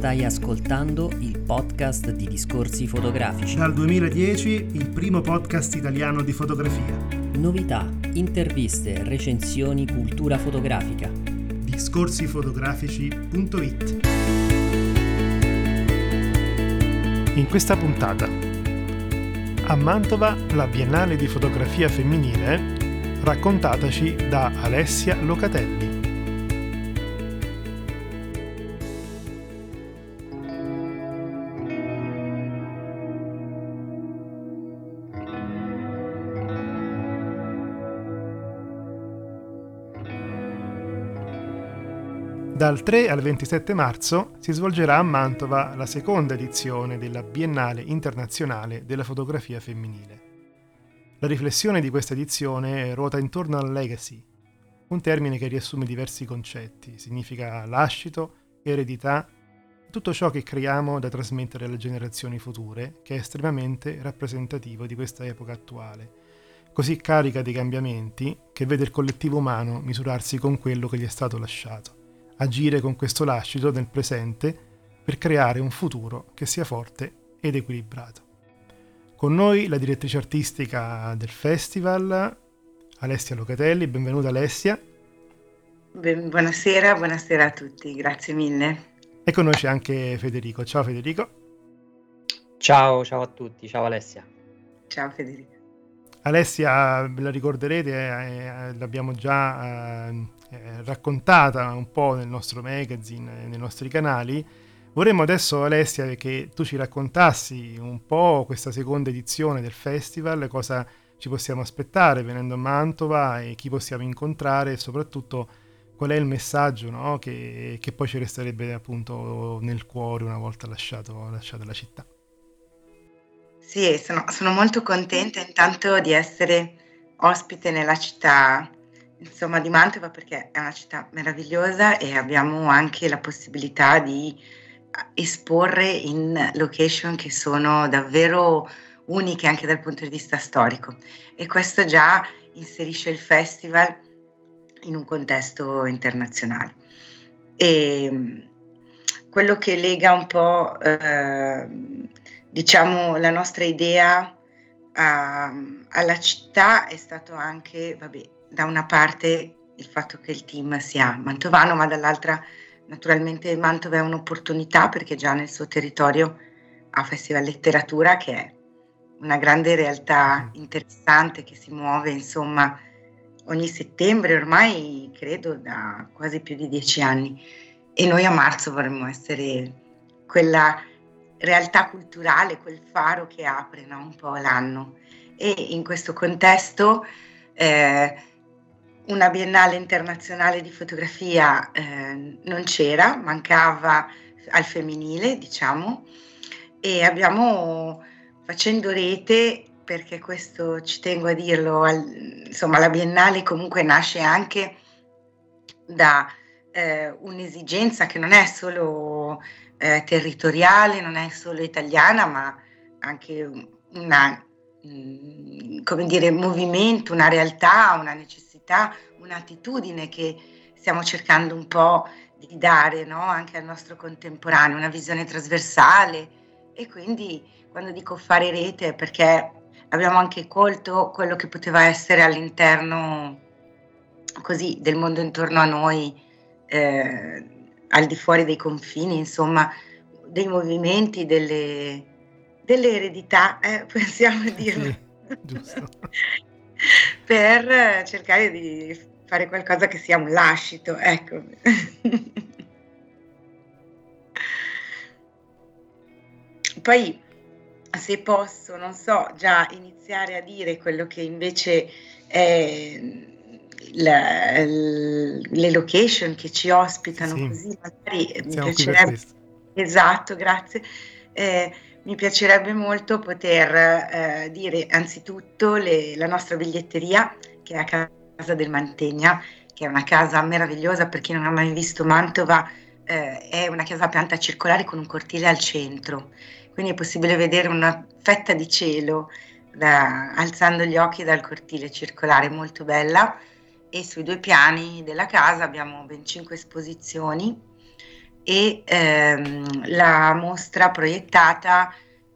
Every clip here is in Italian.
Stai ascoltando il podcast di Discorsi Fotografici. Dal 2010 il primo podcast italiano di fotografia. Novità, interviste, recensioni, cultura fotografica. Discorsifotografici.it. In questa puntata, a Mantova la Biennale di fotografia femminile, raccontataci da Alessia Locatelli. Dal 3 al 27 marzo si svolgerà a Mantova la seconda edizione della Biennale Internazionale della Fotografia Femminile. La riflessione di questa edizione ruota intorno al legacy, un termine che riassume diversi concetti, significa lascito, eredità, tutto ciò che creiamo da trasmettere alle generazioni future, che è estremamente rappresentativo di questa epoca attuale, così carica di cambiamenti che vede il collettivo umano misurarsi con quello che gli è stato lasciato. Agire con questo lascito nel presente per creare un futuro che sia forte ed equilibrato. Con noi la direttrice artistica del festival, Alessia Locatelli. Benvenuta Alessia. Buonasera a tutti, grazie mille. E con noi c'è anche Federico. Ciao Federico. Ciao a tutti, ciao Alessia. Ciao Federico. Alessia, ve la ricorderete, l'abbiamo già raccontata un po' nel nostro magazine, nei nostri canali. Vorremmo adesso, Alessia, che tu ci raccontassi un po' questa seconda edizione del festival, cosa ci possiamo aspettare venendo a Mantova e chi possiamo incontrare e soprattutto qual è il messaggio, no, che poi ci resterebbe appunto nel cuore una volta lasciata la città. Sì, sono molto contenta intanto di essere ospite nella città, insomma, di Mantova, perché è una città meravigliosa e abbiamo anche la possibilità di esporre in location che sono davvero uniche anche dal punto di vista storico, e questo già inserisce il festival in un contesto internazionale. E quello che lega un po' diciamo la nostra idea alla città è stato anche, da una parte il fatto che il team sia mantovano, ma dall'altra naturalmente Mantova è un'opportunità perché già nel suo territorio ha Festival Letteratura, che è una grande realtà interessante che si muove insomma ogni settembre ormai, credo da quasi più di 10 anni, e noi a marzo vorremmo essere quella realtà culturale, quel faro che apre, no, un po' l'anno. E in questo contesto una Biennale internazionale di fotografia non c'era, mancava al femminile, diciamo, e abbiamo, facendo rete, perché questo ci tengo a dirlo, insomma la Biennale comunque nasce anche da un'esigenza che non è solo territoriale, non è solo italiana, ma anche una movimento, una realtà, una necessità, un'attitudine che stiamo cercando un po' di dare, no? Anche al nostro contemporaneo, una visione trasversale. E quindi quando dico fare rete è perché abbiamo anche colto quello che poteva essere all'interno così del mondo intorno a noi, al di fuori dei confini, insomma, dei movimenti, delle eredità, possiamo dirlo. Sì, giusto. Per cercare di fare qualcosa che sia un lascito, ecco. Poi, se posso, non so, già iniziare a dire quello che invece è le location che ci ospitano, sì. Così magari mi piacerebbe. Esatto, grazie. Mi piacerebbe molto poter dire anzitutto la nostra biglietteria, che è a Casa del Mantegna, che è una casa meravigliosa. Per chi non ha mai visto Mantova, è una casa a pianta circolare con un cortile al centro, quindi è possibile vedere una fetta di cielo alzando gli occhi dal cortile circolare, molto bella. E sui 2 piani della casa abbiamo ben 5 esposizioni e la mostra proiettata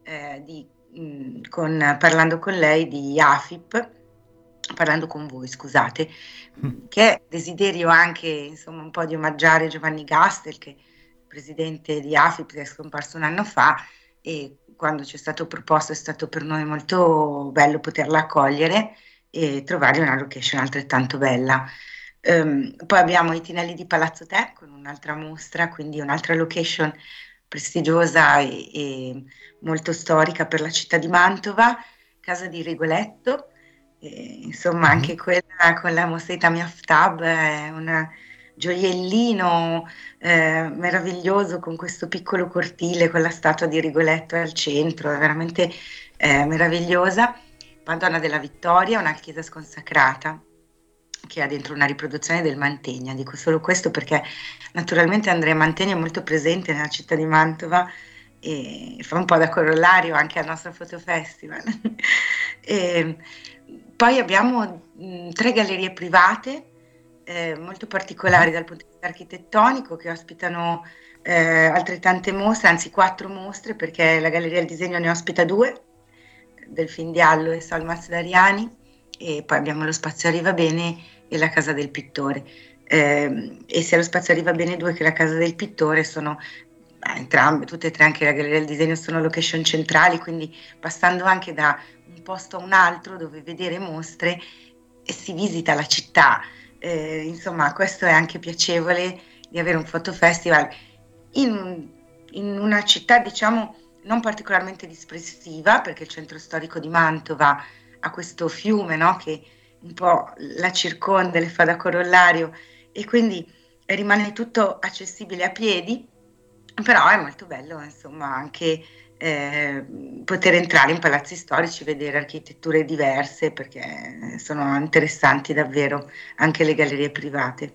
parlando con lei di AFIP, parlando con voi, scusate, che è desiderio anche insomma un po' di omaggiare Giovanni Gastel, che è presidente di AFIP, che è scomparso un anno fa, e quando ci è stato proposto è stato per noi molto bello poterla accogliere e trovare una location altrettanto bella. Poi abbiamo i Tinelli di Palazzo Te con un'altra mostra, quindi un'altra location prestigiosa e molto storica per la città di Mantova, Casa di Rigoletto, insomma anche quella con la moschetta Miaftab è un gioiellino meraviglioso con questo piccolo cortile con la statua di Rigoletto al centro, è veramente meravigliosa. Madonna della Vittoria, una chiesa sconsacrata che ha dentro una riproduzione del Mantegna. Dico solo questo perché naturalmente Andrea Mantegna è molto presente nella città di Mantova e fa un po' da corollario anche al nostro fotofestival. E poi abbiamo 3 gallerie private molto particolari dal punto di vista architettonico che ospitano altrettante mostre, anzi 4 mostre, perché la Galleria del Disegno ne ospita 2, del Findiallo e Salmaz Dariani, e poi abbiamo lo Spazio Arriva Bene e la Casa del Pittore. E sia lo Spazio Arriva Bene 2 che la Casa del Pittore sono entrambe, tutte e 3, anche la Galleria del Disegno, sono location centrali, quindi passando anche da un posto a un altro dove vedere mostre e si visita la città. Insomma, questo è anche piacevole di avere un fotofestival in una città, diciamo, non particolarmente dispersiva, perché il centro storico di Mantova ha questo fiume, no, che un po' la circonda, le fa da corollario, e quindi rimane tutto accessibile a piedi, però è molto bello, insomma, anche poter entrare in palazzi storici, vedere architetture diverse, perché sono interessanti davvero anche le gallerie private.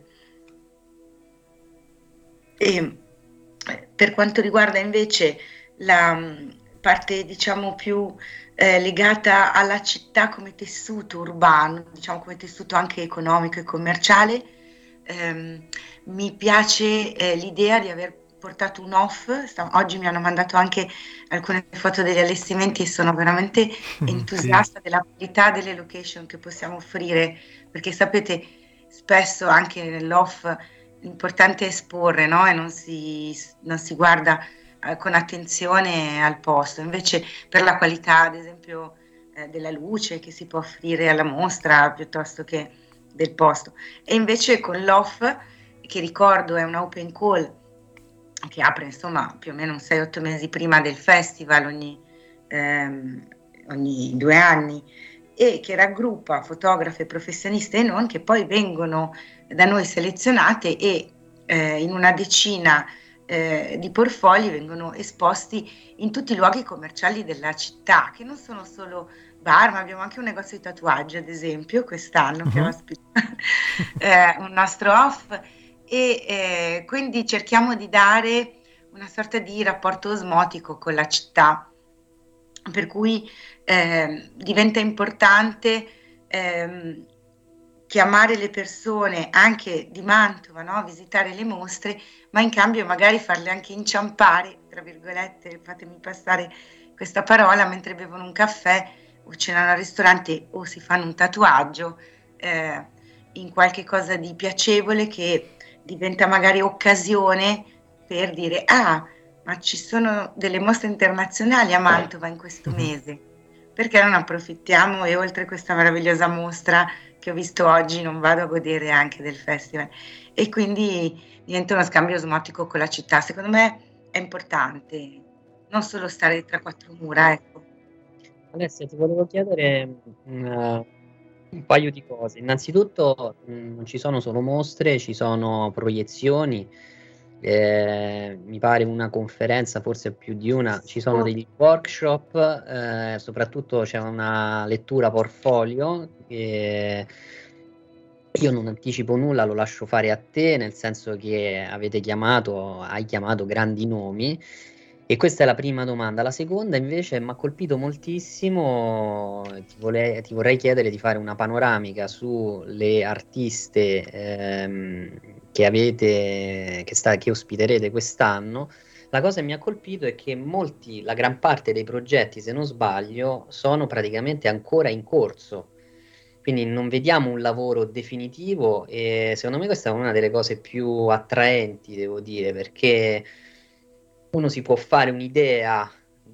E per quanto riguarda invece la parte, diciamo, più legata alla città come tessuto urbano, diciamo come tessuto anche economico e commerciale, mi piace l'idea di aver portato un off. Oggi mi hanno mandato anche alcune foto degli allestimenti e sono veramente entusiasta della qualità delle location che possiamo offrire, perché sapete, spesso anche nell'off l'importante è esporre, no? E non si guarda con attenzione al posto. Invece per la qualità, ad esempio, della luce che si può offrire alla mostra piuttosto che del posto. E invece con l'off, che ricordo è un open call che apre insomma più o meno 6-8 mesi prima del festival ogni 2 anni, e che raggruppa fotografe, professioniste e non, che poi vengono da noi selezionate e in una decina di portfolio vengono esposti in tutti i luoghi commerciali della città, che non sono solo bar, ma abbiamo anche un negozio di tatuaggi, ad esempio, quest'anno che ospita un nostro off, e quindi cerchiamo di dare una sorta di rapporto osmotico con la città, per cui diventa importante chiamare le persone anche di Mantova, no? Visitare le mostre, ma in cambio magari farle anche inciampare, tra virgolette, fatemi passare questa parola, mentre bevono un caffè o cenano al ristorante o si fanno un tatuaggio, in qualche cosa di piacevole che diventa magari occasione per dire: ah, ma ci sono delle mostre internazionali a Mantova in questo mese, perché non approfittiamo e oltre questa meravigliosa mostra che ho visto oggi non vado a godere anche del festival? E quindi diventa uno scambio osmotico con la città. Secondo me è importante non solo stare tra 4 mura, ecco. Alessia, ti volevo chiedere un paio di cose. Innanzitutto, non ci sono solo mostre, ci sono proiezioni, mi pare una conferenza, forse più di una, ci sono degli workshop, soprattutto c'è una lettura portfolio che io non anticipo nulla, lo lascio fare a te, nel senso che hai chiamato grandi nomi. E questa è la prima domanda. La seconda invece mi ha colpito moltissimo, ti vorrei chiedere di fare una panoramica sulle artiste che avete, che ospiterete quest'anno, la cosa che mi ha colpito è che la gran parte dei progetti, se non sbaglio, sono praticamente ancora in corso. Quindi non vediamo un lavoro definitivo e secondo me questa è una delle cose più attraenti, devo dire, perché uno si può fare un'idea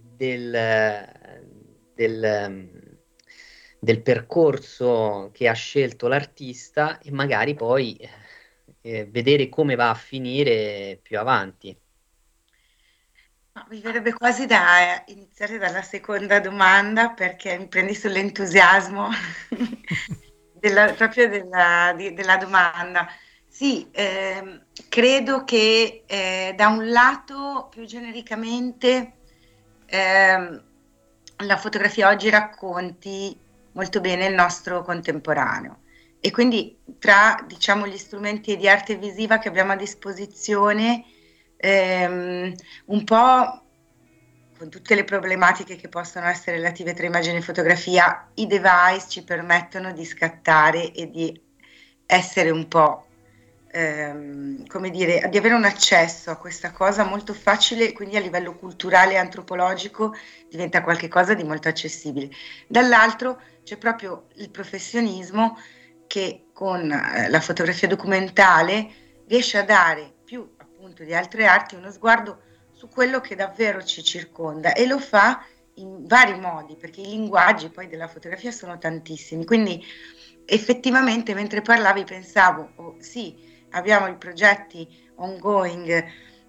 del, del percorso che ha scelto l'artista e magari poi vedere come va a finire più avanti. Ma mi verrebbe quasi da iniziare dalla seconda domanda perché mi prendi sull'entusiasmo proprio della domanda. Sì, credo che da un lato più genericamente ehm, la fotografia oggi racconti molto bene il nostro contemporaneo e quindi tra, diciamo, gli strumenti di arte visiva che abbiamo a disposizione, un po' con tutte le problematiche che possono essere relative tra immagine e fotografia, i device ci permettono di scattare e di essere un po', come dire, di avere un accesso a questa cosa molto facile, quindi a livello culturale e antropologico diventa qualcosa di molto accessibile. Dall'altro c'è proprio il professionismo che con la fotografia documentale riesce a dare più appunto di altre arti uno sguardo su quello che davvero ci circonda e lo fa in vari modi, perché i linguaggi poi della fotografia sono tantissimi. Quindi effettivamente mentre parlavi pensavo, oh, sì, abbiamo i progetti ongoing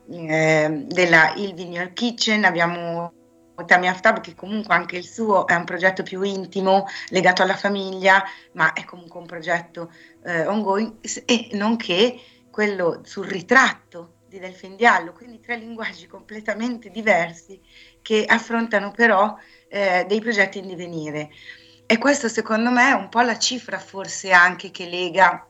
della Il Vignol Kitchen, abbiamo Tami Aftab che comunque anche il suo è un progetto più intimo, legato alla famiglia, ma è comunque un progetto ongoing e nonché quello sul ritratto di Delfin Diallo, quindi tre linguaggi completamente diversi che affrontano però dei progetti in divenire. E questo secondo me è un po' la cifra forse anche che lega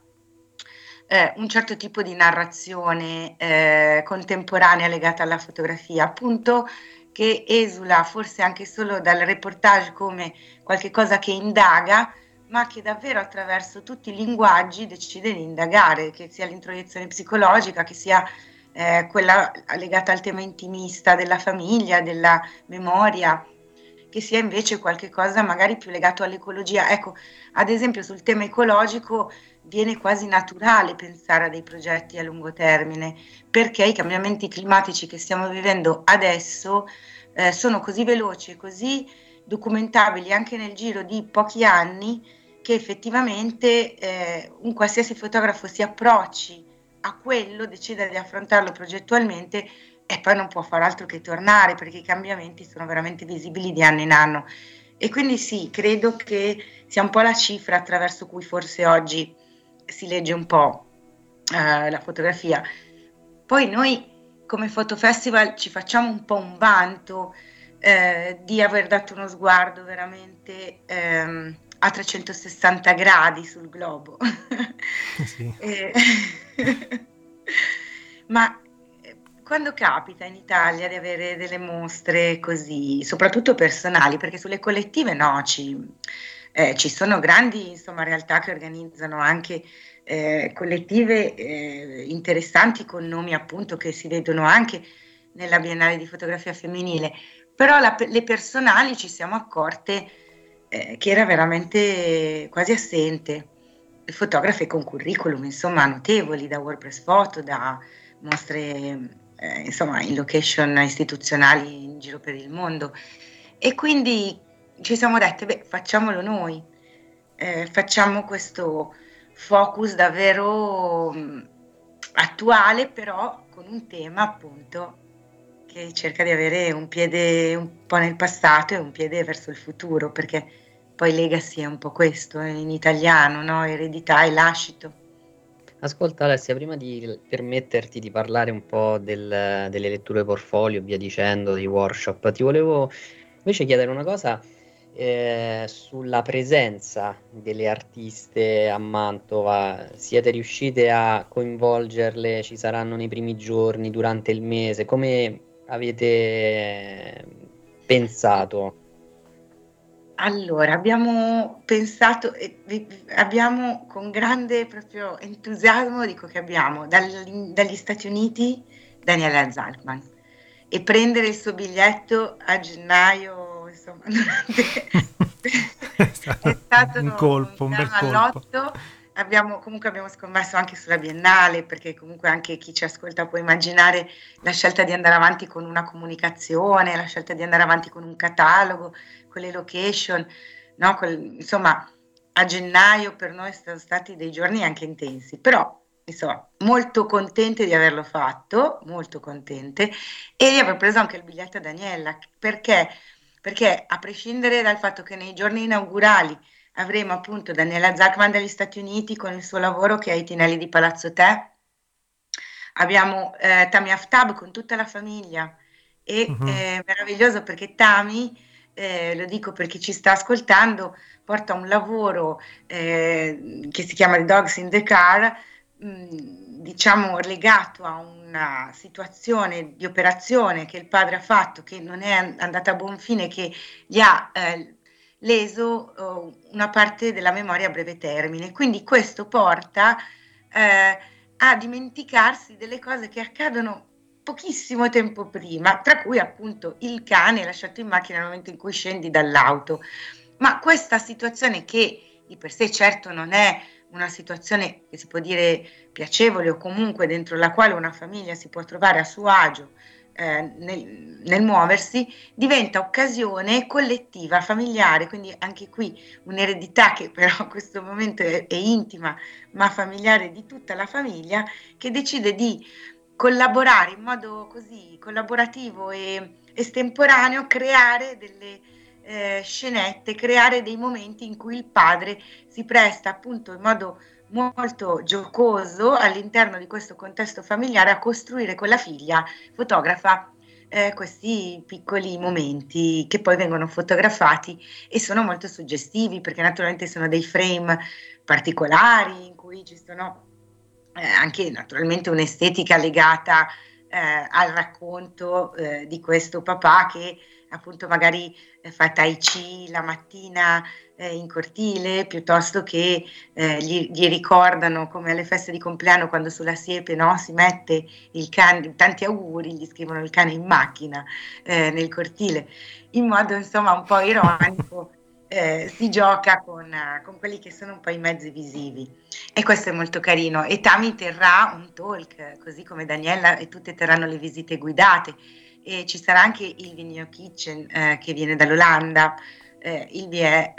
un certo tipo di narrazione contemporanea legata alla fotografia, appunto che esula forse anche solo dal reportage come qualche cosa che indaga, ma che davvero attraverso tutti i linguaggi decide di indagare, che sia l'introiezione psicologica, che sia quella legata al tema intimista della famiglia, della memoria, che sia invece qualche cosa magari più legato all'ecologia. Ecco, ad esempio sul tema ecologico viene quasi naturale pensare a dei progetti a lungo termine, perché i cambiamenti climatici che stiamo vivendo adesso sono così veloci e così documentabili anche nel giro di pochi anni che effettivamente un qualsiasi fotografo si approcci a quello, decida di affrontarlo progettualmente e poi non può far altro che tornare perché i cambiamenti sono veramente visibili di anno in anno. E quindi sì, credo che sia un po' la cifra attraverso cui forse oggi si legge un po' la fotografia. Poi noi come Fotofestival ci facciamo un po' un vanto di aver dato uno sguardo veramente a 360 gradi sul globo. Sì. Ma quando capita in Italia di avere delle mostre così, soprattutto personali, perché sulle collettive no, ci sono grandi insomma, realtà che organizzano anche collettive interessanti con nomi appunto che si vedono anche nella Biennale di fotografia femminile, però le personali ci siamo accorte che era veramente quasi assente. Fotografe con curriculum insomma notevoli, da WordPress Photo, da mostre insomma in location istituzionali in giro per il mondo. E quindi ci siamo dette, beh, facciamolo noi, facciamo questo focus davvero attuale, però con un tema appunto che cerca di avere un piede un po' nel passato e un piede verso il futuro, perché poi legacy è un po' questo, in italiano, no? Eredità e lascito. Ascolta Alessia, prima di permetterti di parlare un po' delle letture portfolio, via dicendo, dei workshop, ti volevo invece chiedere una cosa sulla presenza delle artiste a Mantova. Siete riuscite a coinvolgerle? Ci saranno nei primi giorni, durante il mese? Come avete pensato? Allora, abbiamo pensato, abbiamo con grande proprio entusiasmo, dico che abbiamo dagli Stati Uniti Daniela Zalcman, e prendere il suo biglietto a gennaio, insomma, è stato un colpo, un dare bel colpo. all'otto. Comunque abbiamo scommesso anche sulla Biennale, perché comunque anche chi ci ascolta può immaginare la scelta di andare avanti con una comunicazione, la scelta di andare avanti con un catalogo, con le location, no? Insomma, a gennaio per noi sono stati dei giorni anche intensi, però insomma, molto contente di averlo fatto, molto contente, e di aver preso anche il biglietto a Daniela, perché a prescindere dal fatto che nei giorni inaugurali avremo appunto Daniela Zalcman dagli Stati Uniti con il suo lavoro che è ai Tinelli di Palazzo Te, abbiamo Tami Aftab con tutta la famiglia, e meraviglioso perché Tami, lo dico per chi ci sta ascoltando, porta un lavoro che si chiama The Dogs in the Car, diciamo legato a una situazione di operazione che il padre ha fatto, che non è andata a buon fine, che gli ha leso una parte della memoria a breve termine. Quindi questo porta a dimenticarsi delle cose che accadono pochissimo tempo prima, tra cui appunto il cane lasciato in macchina nel momento in cui scendi dall'auto. Ma questa situazione, che di per sé certo non è una situazione che si può dire piacevole, o comunque dentro la quale una famiglia si può trovare a suo agio nel muoversi, diventa occasione collettiva, familiare, quindi anche qui un'eredità che però in questo momento è intima, ma familiare, di tutta la famiglia, che decide di collaborare in modo così collaborativo e estemporaneo, creare delle scenette, creare dei momenti in cui il padre si presta appunto in modo molto giocoso all'interno di questo contesto familiare a costruire con la figlia fotografa questi piccoli momenti che poi vengono fotografati e sono molto suggestivi, perché naturalmente sono dei frame particolari in cui ci sono anche naturalmente un'estetica legata al racconto di questo papà che appunto magari fa tai chi la mattina in cortile, piuttosto che gli ricordano, come alle feste di compleanno, quando sulla siepe, no, si mette il cane, tanti auguri, gli scrivono il cane in macchina nel cortile, in modo insomma un po' ironico. Si gioca con quelli che sono un po' i mezzi visivi, e questo è molto carino. E Tami terrà un talk, così come Daniela, e tutte terranno le visite guidate, e ci sarà anche il Vigno Kitchen che viene dall'Olanda. Ilvi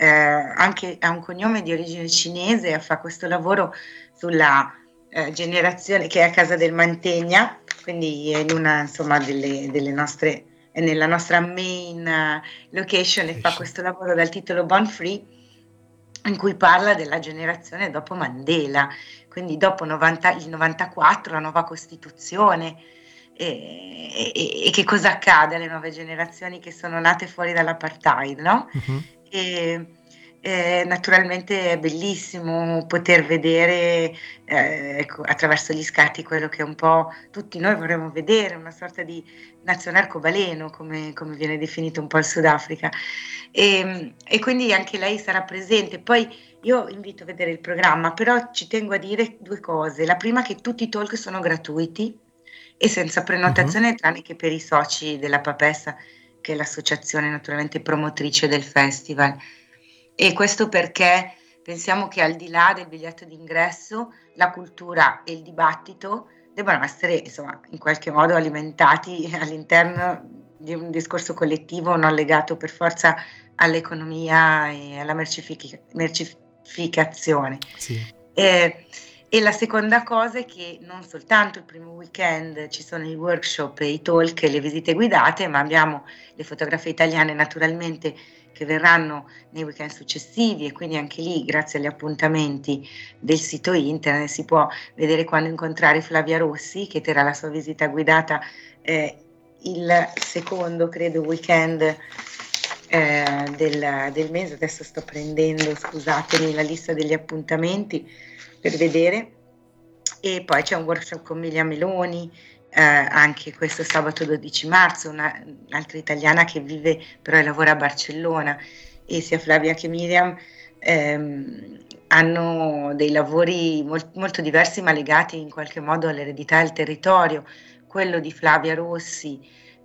ha un cognome di origine cinese e fa questo lavoro sulla generazione, che è a casa del Mantegna, quindi è in una insomma delle nostre, è nella nostra main location, e fa questo lavoro dal titolo Born Free, in cui parla della generazione dopo Mandela, quindi dopo il 94, la nuova Costituzione, e che cosa accade alle nuove generazioni che sono nate fuori dall'apartheid, no? Naturalmente è bellissimo poter vedere ecco, attraverso gli scatti quello che un po' tutti noi vorremmo vedere, una sorta di nazione arcobaleno, come viene definito un po' il Sudafrica, e quindi anche lei sarà presente. Poi io invito a vedere il programma, però ci tengo a dire due cose. La prima, che tutti i talk sono gratuiti e senza prenotazione, tranne che per i soci della Papessa, che è l'associazione naturalmente promotrice del festival. E questo perché pensiamo che al di là del biglietto d'ingresso, la cultura e il dibattito debbano essere insomma in qualche modo alimentati all'interno di un discorso collettivo, non legato per forza all'economia e alla mercificazione. Sì. E la seconda cosa è che non soltanto il primo weekend ci sono i workshop, i talk e le visite guidate, ma abbiamo le fotografie italiane naturalmente che verranno nei weekend successivi, e quindi anche lì, grazie agli appuntamenti del sito internet, si può vedere quando incontrare Flavia Rossi, che terrà la sua visita guidata il secondo, credo, weekend del mese. Adesso sto prendendo, scusatemi, la lista degli appuntamenti per vedere. E poi c'è un workshop con Miriam Meloni, anche questo sabato 12 marzo, un'altra italiana che vive però e lavora a Barcellona, e sia Flavia che Miriam hanno dei lavori molto diversi ma legati in qualche modo all'eredità e al territorio. Quello di Flavia Rossi,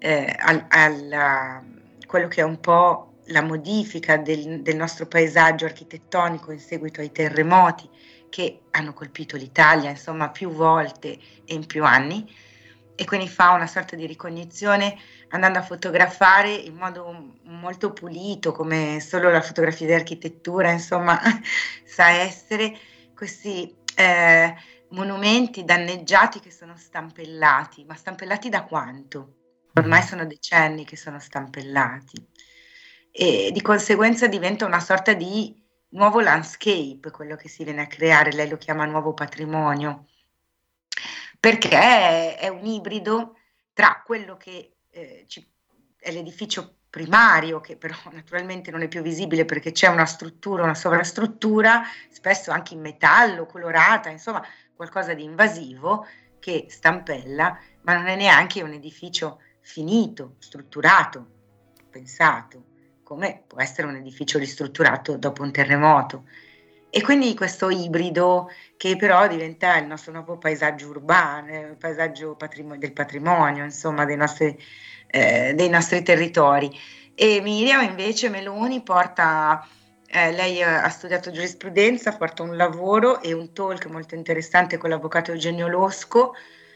quello che è un po' la modifica del nostro paesaggio architettonico in seguito ai terremoti che hanno colpito l'Italia, insomma, più volte e in più anni, e quindi fa una sorta di ricognizione andando a fotografare in modo molto pulito, come solo la fotografia di architettura, insomma, sa essere, questi monumenti danneggiati che sono stampellati. Ma stampellati da quanto? Ormai sono decenni che sono stampellati e di conseguenza diventa una sorta di nuovo landscape quello che si viene a creare. Lei lo chiama nuovo patrimonio, perché è un ibrido tra quello che è l'edificio primario, che però naturalmente non è più visibile perché c'è una struttura, una sovrastruttura, spesso anche in metallo, colorata, insomma qualcosa di invasivo che stampella, ma non è neanche un edificio finito, strutturato, pensato, come può essere un edificio ristrutturato dopo un terremoto. E quindi questo ibrido che però diventa il nostro nuovo paesaggio urbano, il paesaggio del patrimonio, insomma, dei nostri territori. E Miriam invece Meloni porta, lei ha studiato giurisprudenza, porta un lavoro e un talk molto interessante con l'avvocato Eugenio Losco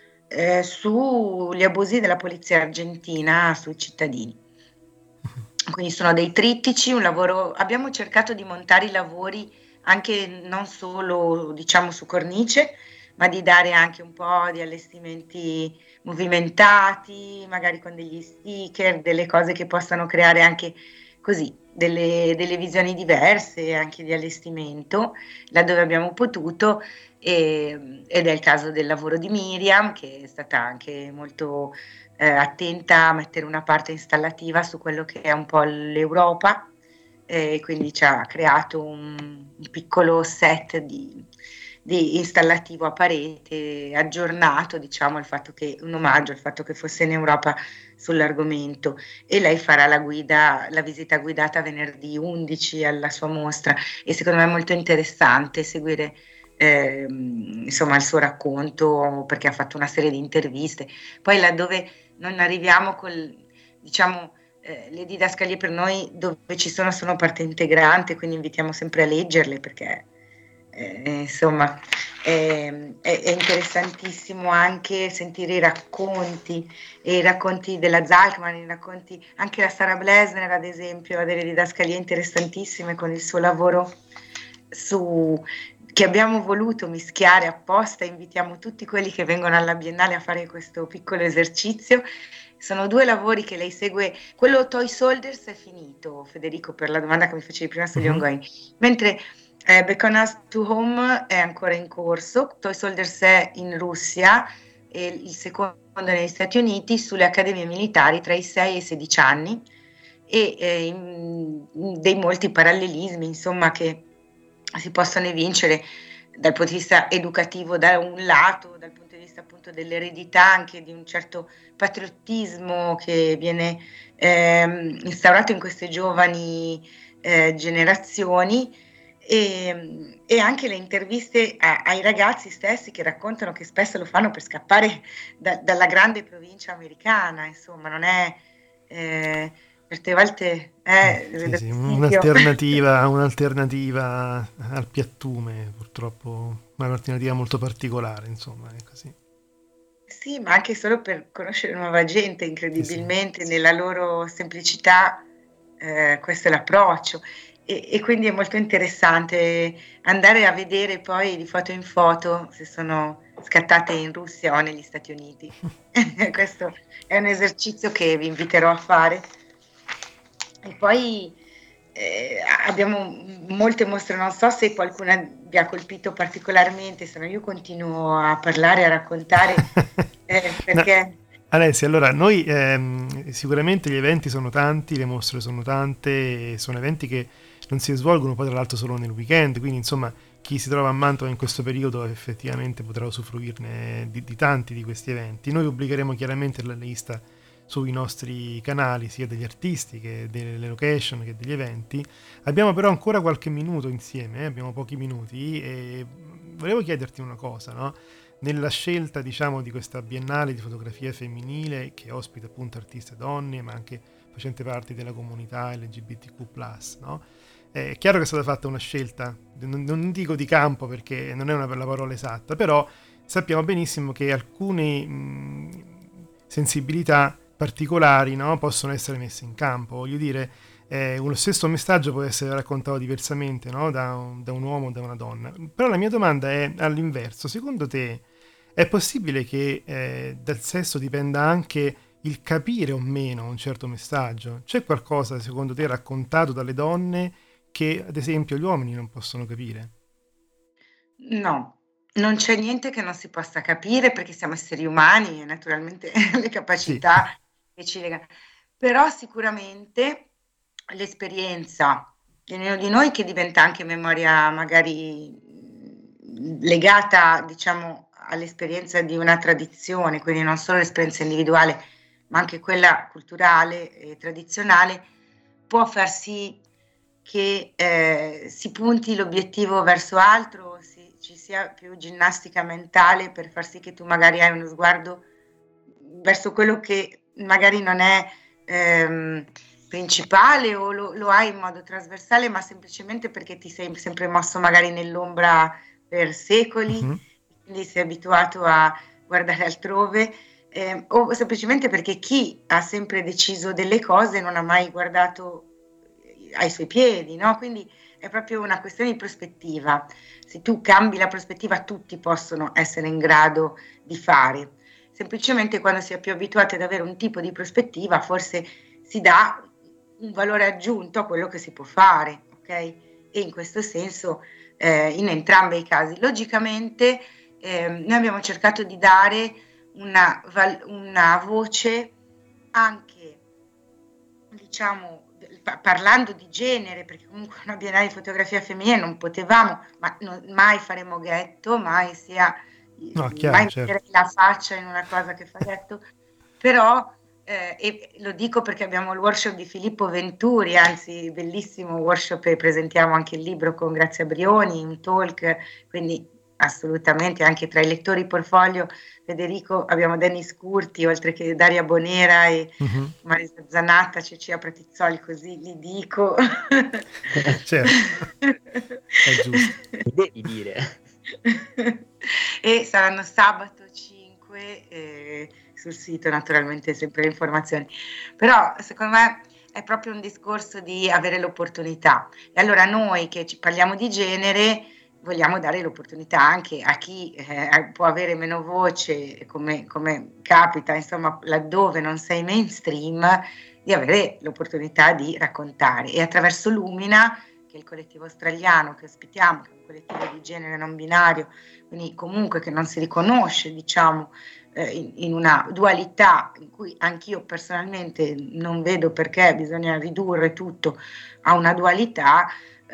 sugli abusi della polizia argentina sui cittadini. Quindi sono dei trittici, un lavoro, abbiamo cercato di montare i lavori anche non solo diciamo su cornice, ma di dare anche un po' di allestimenti movimentati, magari con degli sticker, delle cose che possano creare anche così delle visioni diverse anche di allestimento, laddove abbiamo potuto, ed è il caso del lavoro di Miriam, che è stata anche molto attenta a mettere una parte installativa su quello che è un po' l'Europa, quindi ci ha creato un piccolo set di installativo a parete aggiornato, diciamo, al fatto che un omaggio al fatto che fosse in Europa sull'argomento, e lei farà la visita guidata venerdì 11 alla sua mostra, e secondo me è molto interessante seguire insomma il suo racconto, perché ha fatto una serie di interviste. Poi laddove non arriviamo diciamo le didascalie per noi dove ci sono parte integrante, quindi invitiamo sempre a leggerle perché insomma è interessantissimo anche sentire i racconti della Zalcman, i racconti anche la Sara Blesner ad esempio ha delle didascalie interessantissime con il suo lavoro che abbiamo voluto mischiare apposta. Invitiamo tutti quelli che vengono alla Biennale a fare questo piccolo esercizio. Sono 2 lavori che lei segue. Quello Toy Soldiers è finito, Federico, per la domanda che mi facevi prima sugli ongoing, mentre Becon Us to Home è ancora in corso. Toy Soldiers è in Russia e il secondo negli Stati Uniti, sulle accademie militari tra i 6 e i 16 anni, e dei molti parallelismi insomma che si possono evincere dal punto di vista educativo da un lato, dal punto di vista appunto dell'eredità, anche di un certo patriottismo che viene instaurato in queste giovani generazioni, e anche le interviste ai ragazzi stessi che raccontano che spesso lo fanno per scappare dalla grande provincia americana, insomma non è certe volte sì, un'alternativa al piattume, purtroppo un'alternativa molto particolare, insomma, è così. Sì, ma anche solo per conoscere nuova gente, incredibilmente, sì. Nella loro semplicità, questo è l'approccio, e quindi è molto interessante andare a vedere poi di foto in foto se sono scattate in Russia o negli Stati Uniti. Questo è un esercizio che vi inviterò a fare. E poi abbiamo molte mostre, non so se qualcuna vi ha colpito particolarmente, se no io continuo a parlare, a raccontare, perché... No. Alessia, allora noi sicuramente gli eventi sono tanti, le mostre sono tante, sono eventi che non si svolgono poi tra l'altro solo nel weekend, quindi insomma chi si trova a Mantova in questo periodo effettivamente potrà usufruirne di tanti di questi eventi. Noi pubblicheremo chiaramente la lista sui nostri canali, sia degli artisti che delle location che degli eventi. Abbiamo però ancora qualche minuto insieme, abbiamo pochi minuti, e volevo chiederti una cosa, no? Nella scelta, diciamo, di questa biennale di fotografia femminile che ospita appunto artiste donne, ma anche facente parte della comunità LGBTQ+, no? È chiaro che è stata fatta una scelta, non dico di campo perché non è la parola esatta, però sappiamo benissimo che alcune sensibilità particolari, no, possono essere messe in campo. Voglio dire, uno stesso messaggio può essere raccontato diversamente, no, da un uomo o da una donna. Però la mia domanda è all'inverso: secondo te è possibile che dal sesso dipenda anche il capire o meno un certo messaggio? C'è qualcosa, secondo te, raccontato dalle donne che, ad esempio, gli uomini non possono capire? No, non c'è niente che non si possa capire perché siamo esseri umani e naturalmente le Sì. capacità che ci legano. Però sicuramente l'esperienza di ognuno di noi, che diventa anche memoria magari legata, diciamo, all'esperienza di una tradizione, quindi non solo l'esperienza individuale, ma anche quella culturale e tradizionale, può far sì che si punti l'obiettivo verso altro, ci sia più ginnastica mentale per far sì che tu magari hai uno sguardo verso quello che magari non è principale, o lo hai in modo trasversale, ma semplicemente perché ti sei sempre mosso magari nell'ombra per secoli, Mhm. quindi sei abituato a guardare altrove, o semplicemente perché chi ha sempre deciso delle cose non ha mai guardato ai suoi piedi, no? Quindi è proprio una questione di prospettiva. Se tu cambi la prospettiva, tutti possono essere in grado di fare. Semplicemente quando si è più abituati ad avere un tipo di prospettiva, forse si dà un valore aggiunto a quello che si può fare, ok? E in questo senso, in entrambi i casi. Logicamente, noi abbiamo cercato di dare una voce anche, diciamo, parlando di genere, perché comunque una biennale di fotografia femminile non potevamo, ma mai faremo ghetto, mai No, chiaro, mai certo. mettere la faccia in una cosa che fa ghetto, però, e lo dico perché abbiamo il workshop di Filippo Venturi, anzi bellissimo workshop, e presentiamo anche il libro con Grazia Brioni, un talk, quindi assolutamente anche tra i lettori portfolio Federico abbiamo Dennis Curti, oltre che Daria Bonera e Mhm. Marisa Zanatta, Cecilia Pratizzoli, così li dico. Certo, è giusto. Mi devi dire. E saranno sabato 5 sul sito, naturalmente sempre le informazioni. Però secondo me è proprio un discorso di avere l'opportunità. E allora noi che parliamo di genere vogliamo dare l'opportunità anche a chi può avere meno voce, come capita, insomma, laddove non sei mainstream, di avere l'opportunità di raccontare. E attraverso Lumina, che è il collettivo australiano che ospitiamo, che è un collettivo di genere non binario, quindi comunque che non si riconosce, diciamo, in una dualità in cui anch'io personalmente non vedo perché bisogna ridurre tutto a una dualità,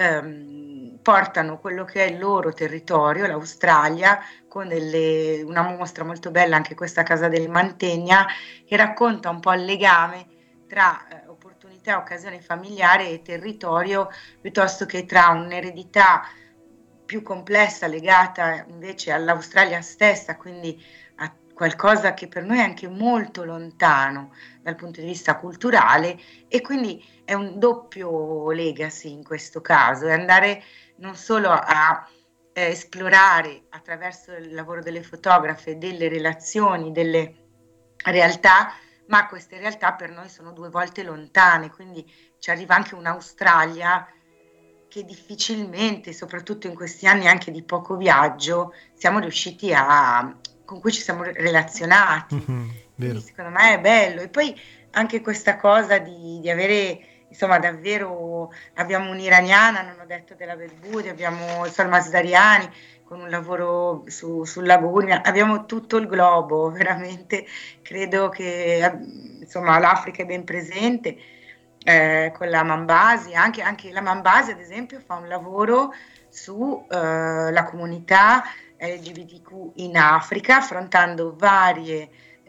portano quello che è il loro territorio, l'Australia, con una mostra molto bella, anche questa Casa del Mantegna, che racconta un po' il legame tra opportunità, occasione familiare e territorio, piuttosto che tra un'eredità più complessa legata invece all'Australia stessa, quindi a qualcosa che per noi è anche molto lontano dal punto di vista culturale, e quindi è un doppio legacy in questo caso, è andare non solo a esplorare attraverso il lavoro delle fotografe delle relazioni, delle realtà, ma queste realtà per noi sono due volte lontane, quindi ci arriva anche un'Australia che difficilmente, soprattutto in questi anni anche di poco viaggio, con cui ci siamo relazionati. Mhm, Quindi vero. secondo me è bello. E poi anche questa cosa di avere, insomma, davvero, abbiamo un'iraniana, non ho detto, della Belbudi, abbiamo Salma Sdariani con un lavoro sul lago Urmia, abbiamo tutto il globo, veramente. Credo che, insomma, l'Africa è ben presente. Con la Mambasi, anche la Mambasi ad esempio fa un lavoro su la comunità LGBTQ in Africa, affrontando varie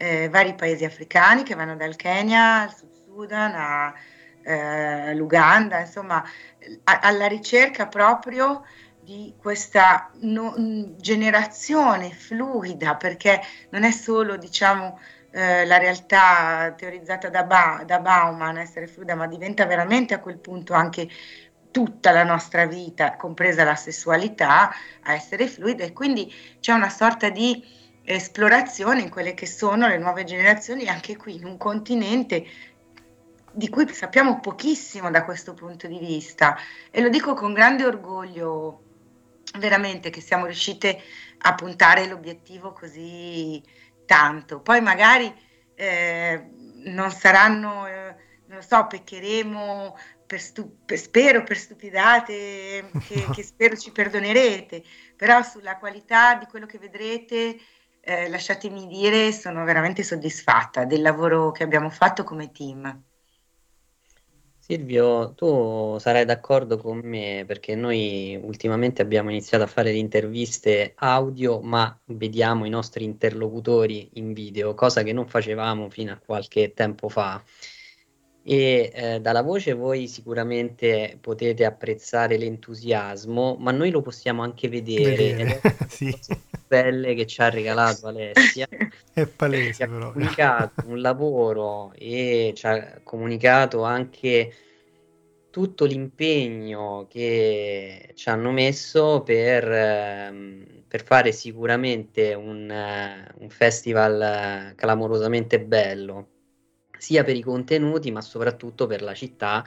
vari paesi africani che vanno dal Kenya al Sud Sudan all'Uganda, insomma, alla ricerca proprio di questa generazione fluida, perché non è solo, diciamo, la realtà teorizzata da Bauman, essere fluida, ma diventa veramente a quel punto anche tutta la nostra vita, compresa la sessualità, a essere fluida, e quindi c'è una sorta di esplorazione in quelle che sono le nuove generazioni, anche qui in un continente di cui sappiamo pochissimo da questo punto di vista, e lo dico con grande orgoglio, veramente, che siamo riuscite a puntare l'obiettivo così tanto. Poi magari non saranno, non lo so, peccheremo spero per stupidate che spero ci perdonerete, però sulla qualità di quello che vedrete, lasciatemi dire, sono veramente soddisfatta del lavoro che abbiamo fatto come team. Silvio, tu sarai d'accordo con me perché noi ultimamente abbiamo iniziato a fare le interviste audio, ma vediamo i nostri interlocutori in video, cosa che non facevamo fino a qualche tempo fa. E dalla voce voi sicuramente potete apprezzare l'entusiasmo, ma noi lo possiamo anche vedere ed Vedere, è una delle sì, cose più belle che ci ha regalato Alessia, è che palese ha proprio. comunicato un lavoro e ci ha comunicato anche tutto l'impegno che ci hanno messo per fare sicuramente un festival clamorosamente bello, sia per i contenuti, ma soprattutto per la città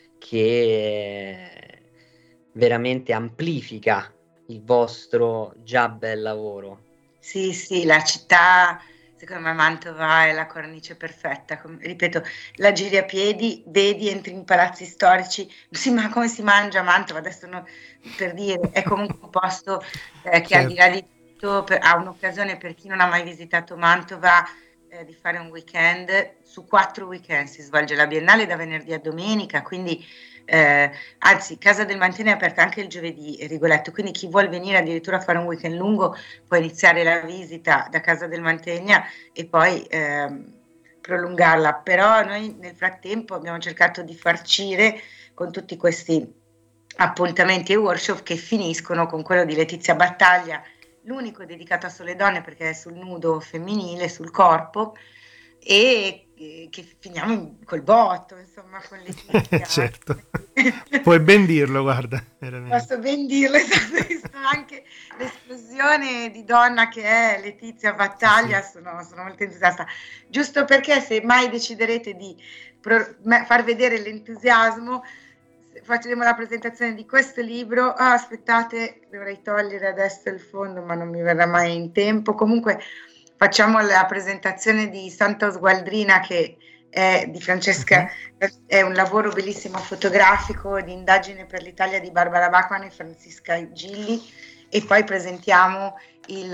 che veramente amplifica il vostro già bel lavoro. Sì, sì, la città, secondo me Mantova è la cornice perfetta. Ripeto, la giri a piedi, vedi, entri in palazzi storici, sì, ma come si mangia a Mantova? Adesso per dire, è comunque un posto che al di Certo. là di tutto ha un'occasione per chi non ha mai visitato Mantova di fare un weekend. Su 4 weekend si svolge la Biennale da venerdì a domenica, quindi anzi, Casa del Mantegna è aperta anche il giovedì, Rigoletto, quindi chi vuol venire addirittura a fare un weekend lungo può iniziare la visita da Casa del Mantegna e poi prolungarla. Però noi nel frattempo abbiamo cercato di farcire con tutti questi appuntamenti e workshop che finiscono con quello di Letizia Battaglia, l'unico dedicato a sole donne perché è sul nudo femminile, sul corpo, e che finiamo col botto, insomma, con Letizia. Certo, puoi ben dirlo, guarda, veramente. Posso ben dirlo, visto anche l'esplosione di donna che è Letizia Battaglia, Sì. sono molto entusiasta. Giusto perché se mai deciderete di far vedere l'entusiasmo, faremo la presentazione di questo libro. Aspettate, dovrei togliere adesso il fondo, ma non mi verrà mai in tempo. Comunque facciamo la presentazione di Santa Osgualdrina, che è di Francesca, è un lavoro bellissimo fotografico di indagine per l'Italia di Barbara Bachmann e Francisca Gilli, e poi presentiamo il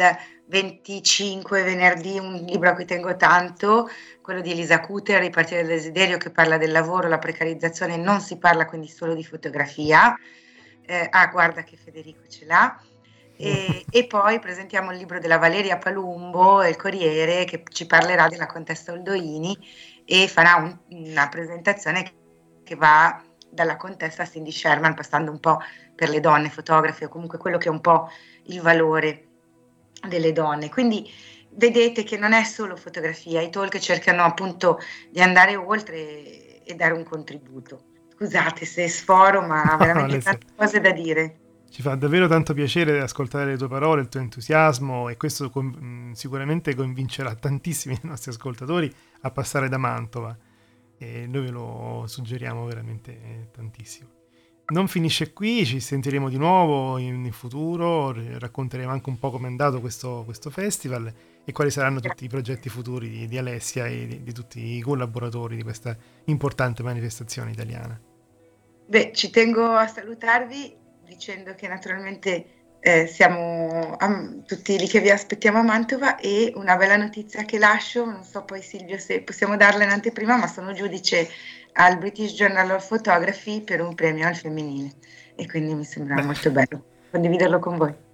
25 venerdì un libro a cui tengo tanto, quello di Elisa Cuter, Ripartire dal desiderio, che parla del lavoro, la precarizzazione, non si parla quindi solo di fotografia. Guarda che Federico ce l'ha. E poi presentiamo il libro della Valeria Palumbo, Il Corriere, che ci parlerà della Contessa Oldoini e farà una presentazione che va dalla Contessa a Cindy Sherman, passando un po' per le donne fotografe, o comunque quello che è un po' il valore delle donne. Quindi vedete che non è solo fotografia, i talk cercano appunto di andare oltre e dare un contributo. Scusate se sforo, ma veramente tante cose da dire. Ci fa davvero tanto piacere ascoltare le tue parole, il tuo entusiasmo, e questo sicuramente convincerà tantissimi dei nostri ascoltatori a passare da Mantova, e noi ve lo suggeriamo veramente tantissimo. Non finisce qui, ci sentiremo di nuovo in futuro, racconteremo anche un po' come è andato questo festival e quali saranno tutti i progetti futuri di Alessia e di tutti i collaboratori di questa importante manifestazione italiana. Beh, ci tengo a salutarvi dicendo che naturalmente siamo tutti lì che vi aspettiamo a Mantova, e una bella notizia che lascio, non so poi Silvio se possiamo darla in anteprima, ma sono giudice al British Journal of Photography per un premio al femminile, e quindi mi sembra molto bello condividerlo con voi.